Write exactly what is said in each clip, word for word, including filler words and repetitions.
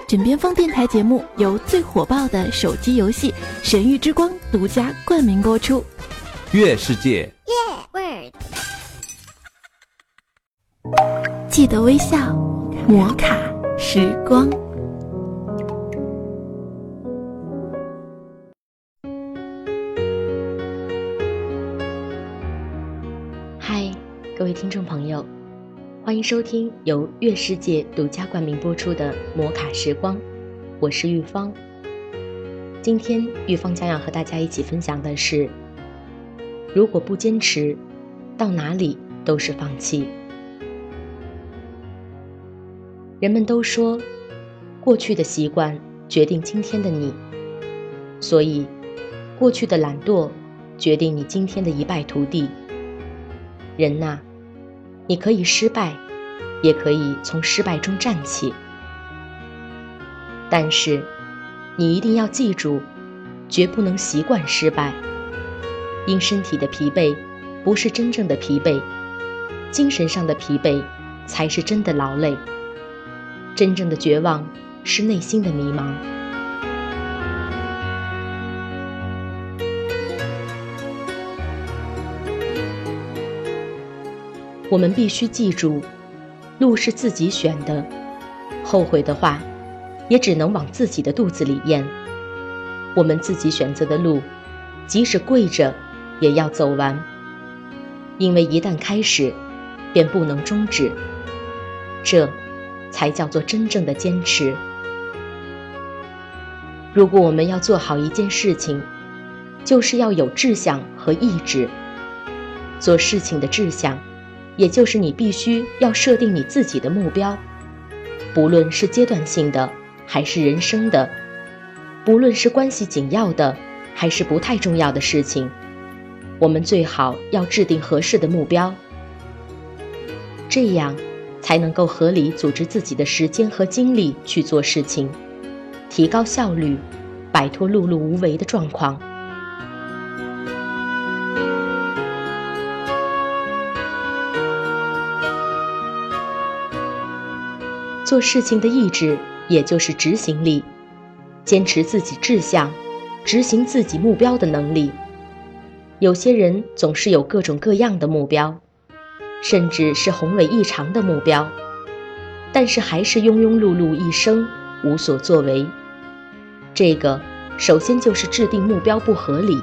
枕边风电台节目由最火爆的手机游戏《神域之光》独家冠名播出。 月世界， Yeah, 记得微笑，摩卡时光。 嗨，各位听众朋友，欢迎收听由月世界独家冠名播出的摩卡时光，我是玉芳。今天玉芳将要和大家一起分享的是，如果不坚持，到哪里都是放弃。人们都说，过去的习惯决定今天的你，所以过去的懒惰决定你今天的一败涂地。人呐，你可以失败，也可以从失败中站起，但是你一定要记住，绝不能习惯失败。因身体的疲惫不是真正的疲惫，精神上的疲惫才是真的劳累。真正的绝望是内心的迷茫。我们必须记住，路是自己选的，后悔的话也只能往自己的肚子里咽。我们自己选择的路，即使跪着也要走完，因为一旦开始便不能终止，这才叫做真正的坚持。如果我们要做好一件事情，就是要有志向和意志。做事情的志向，也就是你必须要设定你自己的目标，不论是阶段性的还是人生的，不论是关系紧要的还是不太重要的事情，我们最好要制定合适的目标，这样才能够合理组织自己的时间和精力去做事情，提高效率，摆脱碌碌无为的状况。做事情的意志，也就是执行力，坚持自己志向，执行自己目标的能力。有些人总是有各种各样的目标，甚至是宏伟异常的目标，但是还是庸庸碌碌一生，无所作为。这个首先就是制定目标不合理。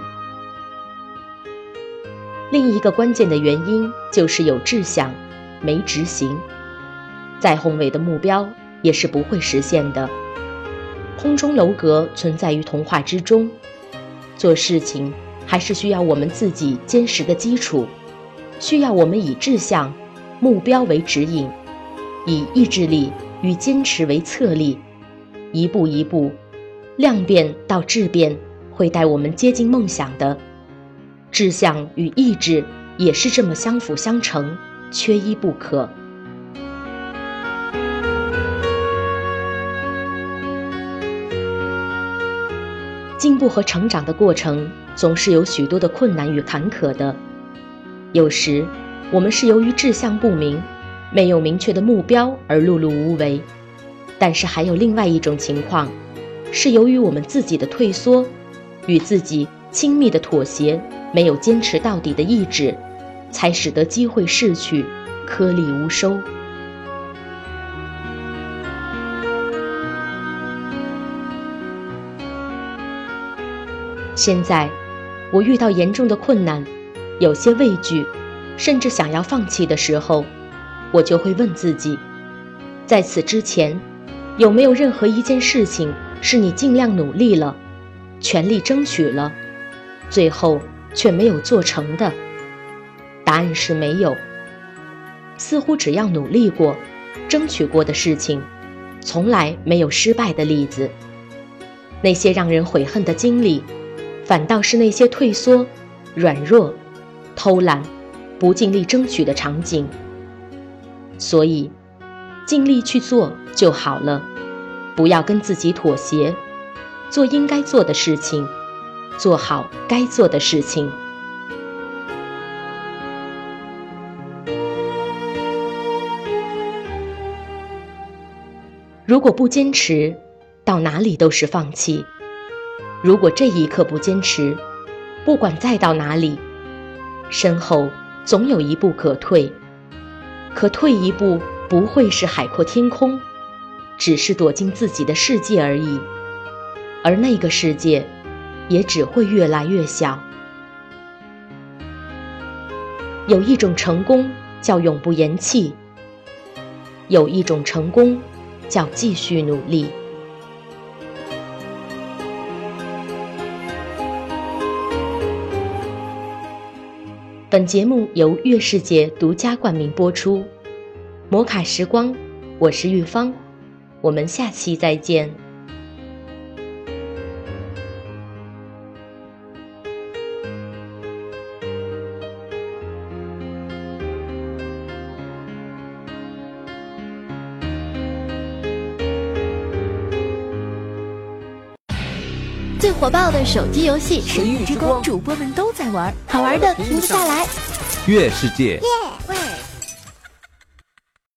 另一个关键的原因就是有志向，没执行。再宏伟的目标也是不会实现的。空中楼阁存在于童话之中，做事情还是需要我们自己坚实的基础，需要我们以志向、目标为指引，以意志力与坚持为策力，一步一步，量变到质变，会带我们接近梦想的。志向与意志也是这么相辅相成，缺一不可。进步和成长的过程总是有许多的困难与坎坷的，有时我们是由于志向不明，没有明确的目标而碌碌无为，但是还有另外一种情况，是由于我们自己的退缩，与自己亲密的妥协，没有坚持到底的意志，才使得机会逝去，颗粒无收。现在我遇到严重的困难，有些畏惧，甚至想要放弃的时候，我就会问自己，在此之前有没有任何一件事情是你尽量努力了，全力争取了，最后却没有做成的？答案是没有。似乎只要努力过，争取过的事情，从来没有失败的例子。那些让人悔恨的经历，反倒是那些退缩、软弱、偷懒、不尽力争取的场景。所以，尽力去做就好了，不要跟自己妥协，做应该做的事情，做好该做的事情。如果不坚持， 到哪里都是放弃。如果这一刻不坚持，不管再到哪里，身后总有一步可退。可退一步不会是海阔天空，只是躲进自己的世界而已，而那个世界也只会越来越小。有一种成功叫永不言弃，有一种成功叫继续努力。本节目由乐世界独家冠名播出，摩卡时光，我是玉芳，我们下期再见。 最火爆的手机游戏《 神域之光》，主播们都在玩， 好玩的停不下来。 乐世界。